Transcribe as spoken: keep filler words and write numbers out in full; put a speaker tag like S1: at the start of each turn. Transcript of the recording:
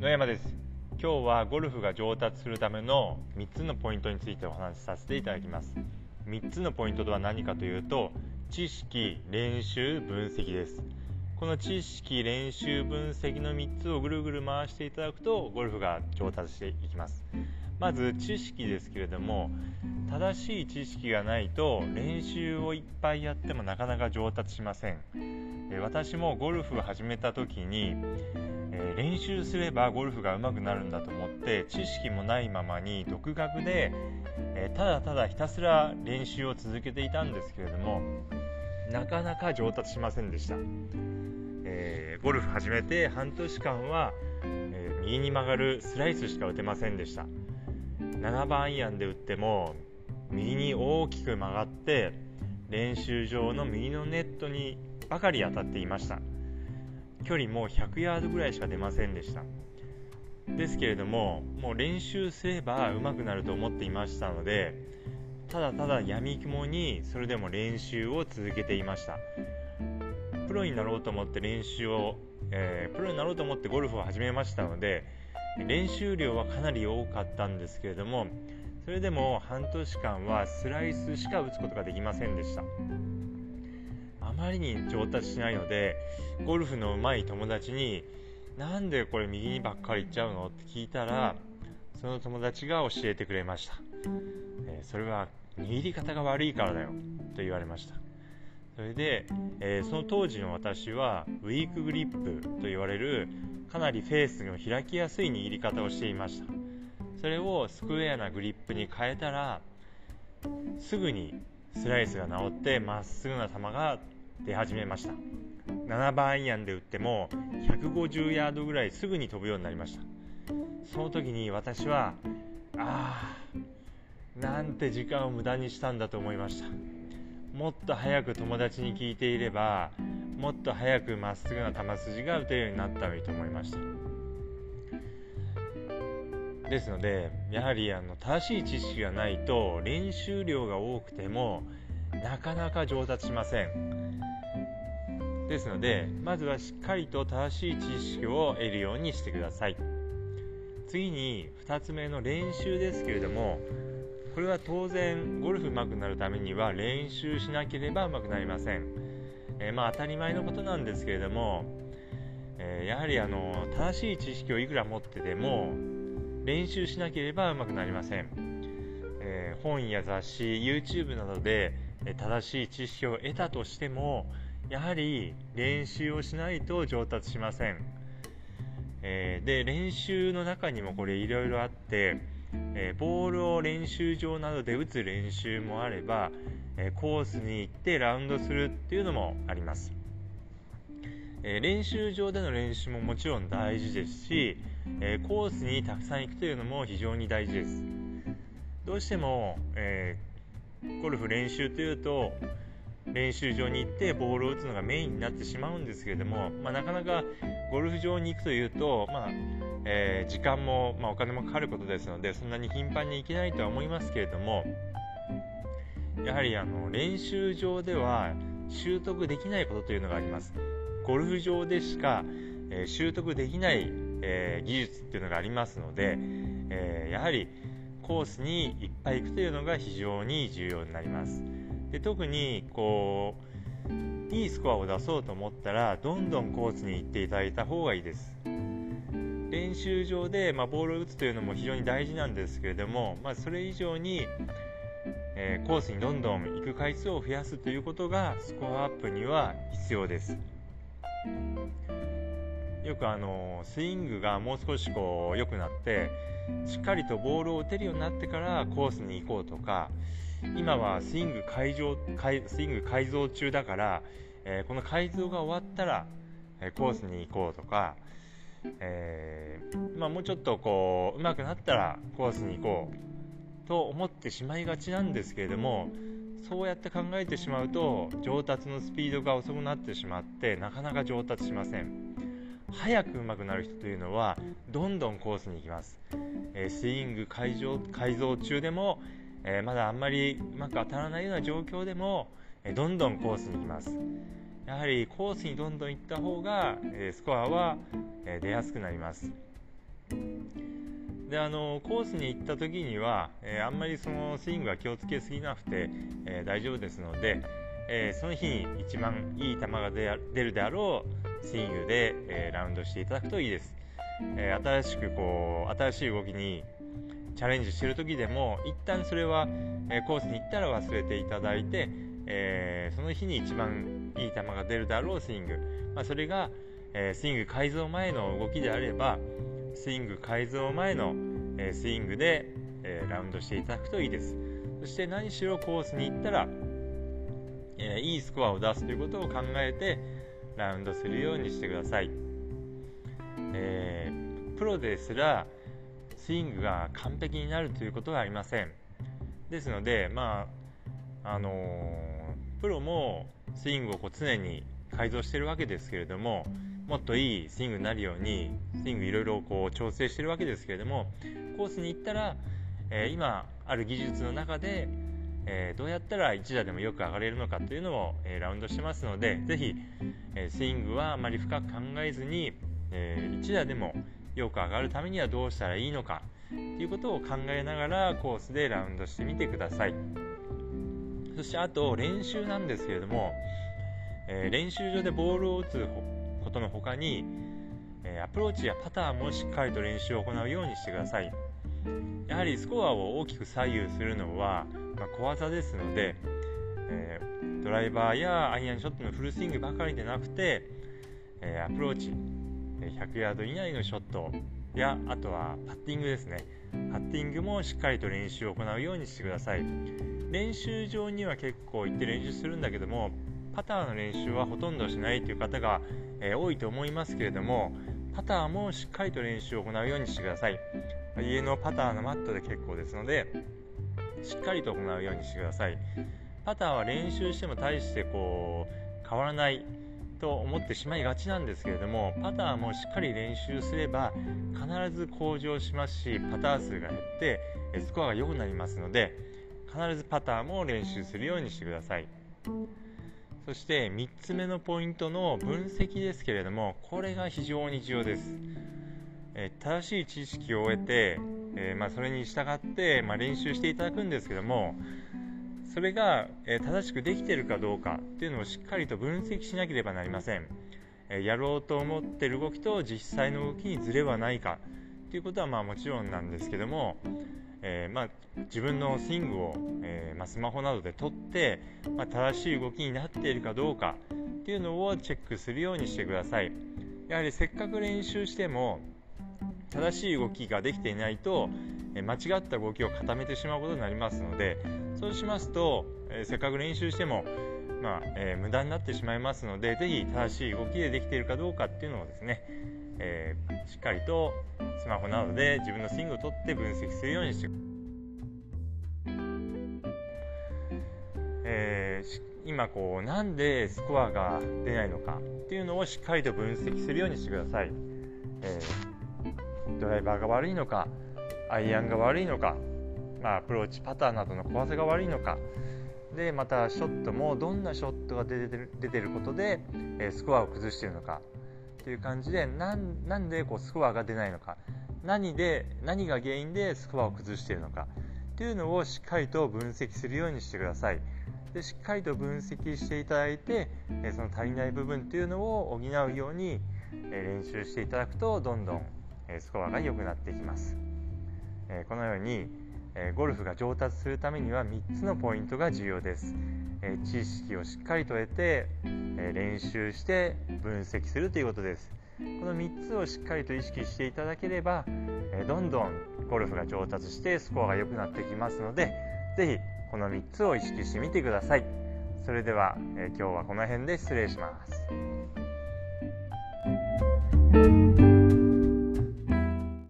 S1: 野山です。今日はゴルフが上達するためのみっつのポイントについてお話しさせていただきます。みっつのポイントとは何かというと、知識、練習、分析です。この知識、練習、分析のみっつをぐるぐる回していただくとゴルフが上達していきます。まず知識ですけれども、正しい知識がないと練習をいっぱいやってもなかなか上達しません。私もゴルフを始めた時にえー、練習すればゴルフが上手くなるんだと思って知識もないままに独学で、えー、ただただひたすら練習を続けていたんですけれども、なかなか上達しませんでした。えー、ゴルフ始めて半年間は、えー、右に曲がるスライスしか打てませんでした。ななばんアイアンで打っても右に大きく曲がって練習場の右のネットにばかり当たっていました。距離もひゃくヤードぐらいしか出ませんでした。ですけれども、もう練習すれば上手くなると思っていましたので、ただただ闇雲にそれでも練習を続けていました。プロになろうと思って練習を、えー、プロになろうと思ってゴルフを始めましたので、練習量はかなり多かったんですけれども、それでも半年間はスライスしか打つことができませんでした。あまりに上達しないので、ゴルフの上手い友達になんでこれ右にばっかり行っちゃうのって聞いたら、その友達が教えてくれました。えー、それは握り方が悪いからだよと言われました。それで、えー、その当時の私はウィークグリップと言われるかなりフェースの開きやすい握り方をしていました。それをスクエアなグリップに変えたら、すぐにスライスが治ってまっすぐな球が出始めました。ななばんアイアンで打ってもひゃくごじゅうヤードぐらいすぐに飛ぶようになりました。その時に私はあーなんて時間を無駄にしたんだと思いました。もっと早く友達に聞いていれば、もっと早くまっすぐな球筋が打てるようになったのにと思いました。ですので、やはりあの正しい知識がないと練習量が多くてもなかなか上達しません。ですので、まずはしっかりと正しい知識を得るようにしてください。次にふたつめの練習ですけれども、これは当然ゴルフ上手くなるためには練習しなければ上手くなりません。えー、まあ当たり前のことなんですけれども、えー、やはりあの正しい知識をいくら持ってても練習しなければ上手くなりません。えー、本や雑誌、YouTube などで正しい知識を得たとしても、やはり練習をしないと上達しません。えー、で練習の中にもこれいろいろあって、えー、ボールを練習場などで打つ練習もあれば、えー、コースに行ってラウンドするっていうのもあります。えー、練習場での練習ももちろん大事ですし、えー、コースにたくさん行くというのも非常に大事です。どうしても、えー、ゴルフ練習というと練習場に行ってボールを打つのがメインになってしまうんですけれども、まあ、なかなかゴルフ場に行くというと、まあえー、時間も、まあ、お金もかかることですので、そんなに頻繁に行けないとは思いますけれども、やはりあの練習場では習得できないことというのがあります。ゴルフ場でしか、えー、習得できない、えー、技術というのがありますので、えー、やはりコースにいっぱい行くというのが非常に重要になります。で特にこういいスコアを出そうと思ったら、どんどんコースに行っていただいた方がいいです。練習場で、まあ、ボールを打つというのも非常に大事なんですけれども、まあ、それ以上に、えー、コースにどんどん行く回数を増やすということがスコアアップには必要です。よくあのスイングがもう少しこう良くなってしっかりとボールを打てるようになってからコースに行こうとか、今はスイング改造、スイング改造中だから、えー、この改造が終わったら、えー、コースに行こうとか、えーまあ、もうちょっとこう上手くなったらコースに行こうと思ってしまいがちなんですけれども、そうやって考えてしまうと上達のスピードが遅くなってしまってなかなか上達しません。早く上手くなる人というのはどんどんコースに行きます。えー、スイング改造、改造中でも、えー、まだあんまりうまく当たらないような状況でも、えー、どんどんコースに行きます。やはりコースにどんどん行った方が、えー、スコアは、えー、出やすくなります。 であのコースに行った時には、えー、あんまりそのスイングは気をつけすぎなくて、えー、大丈夫ですので、えー、その日に一番いい球が出るであろうスイングで、えー、ラウンドしていただくといいです。えー、新しくこう新しい動きにチャレンジしている時でも一旦それは、えー、コースに行ったら忘れていただいて、えー、その日に一番いい球が出るであろうスイング、まあ、それが、えー、スイング改造前の動きであればスイング改造前の、えー、スイングで、えー、ラウンドしていただくといいです。そして何しろコースに行ったら、えー、いいスコアを出すということを考えてラウンドするようにしてください。えー、プロですらスイングが完璧になるということはありません。ですので、まああのー、プロもスイングをこう常に改造しているわけですけれども、もっといいスイングになるようにスイングいろいろこう調整しているわけですけれども、コースに行ったら、えー、今ある技術の中で、えー、どうやったらいち打でもよく上がれるのかというのを、えー、ラウンドしてますので、ぜひ、えー、スイングはあまり深く考えずに、えー、いち打でもよく上がるためにはどうしたらいいのかということを考えながらコースでラウンドしてみてください。そしてあと練習なんですけれども、えー、練習場でボールを打つことの他に、えー、アプローチやパターもしっかりと練習を行うようにしてください。やはりスコアを大きく左右するのは、まあ、小技ですので、えー、ドライバーやアイアンショットのフルスイングばかりでなくて、えー、アプローチひゃくヤード以内のショットや、あとはパッティングですね。パッティングもしっかりと練習を行うようにしてください。練習場には結構行って練習するんだけども、パターの練習はほとんどしないという方が、えー、多いと思いますけれども、パターもしっかりと練習を行うようにしてください。家のパターのマットで結構ですので、しっかりと行うようにしてください。パターは練習しても大してこう変わらないと思ってしまいがちなんですけれども、パターもしっかり練習すれば必ず向上しますし、パター数が減ってスコアが良くなりますので、必ずパターも練習するようにしてください。そしてみっつめのポイントの分析ですけれども、これが非常に重要です。えー、正しい知識を得て、えーまあ、それに従って、まあ、練習していただくんですけども、それが、えー、正しくできているかどうかっていうのをしっかりと分析しなければなりません。えー、やろうと思っている動きと実際の動きにズレはないかということはまあもちろんなんですけども、えーまあ、自分のスイングを、えーまあ、スマホなどで撮って、まあ、正しい動きになっているかどうかっていうのをチェックするようにしてください。やはりせっかく練習しても正しい動きができていないと、えー、間違った動きを固めてしまうことになりますので、そうしますと、えー、せっかく練習しても、まあえー、無駄になってしまいますので、ぜひ正しい動きでできているかどうかっていうのをですね、えー、しっかりとスマホなどで自分のスイングを取って分析するようにしてください。えー、今こうなんでスコアが出ないのかっていうのをしっかりと分析するようにしてください。えー、ドライバーが悪いのか、アイアンが悪いのか、まあ、アプローチパターなどの小技が悪いのかで、またショットもどんなショットが出てる、出てることで、えー、スコアを崩しているのかという感じで、なん、なんでこうスコアが出ないのか、何で何が原因でスコアを崩しているのかというのをしっかりと分析するようにしてください。でしっかりと分析していただいて、えー、その足りない部分というのを補うように、えー、練習していただくとどんどん、えー、スコアが良くなっていきます。えー、このように、えー、ゴルフが上達するためにはみっつのポイントが重要です。えー、知識をしっかりと得て、えー、練習して分析するということです。このみっつをしっかりと意識していただければ、えー、どんどんゴルフが上達してスコアが良くなってきますので、ぜひこのみっつを意識してみてください。それでは、えー、今日はこの辺で失礼します。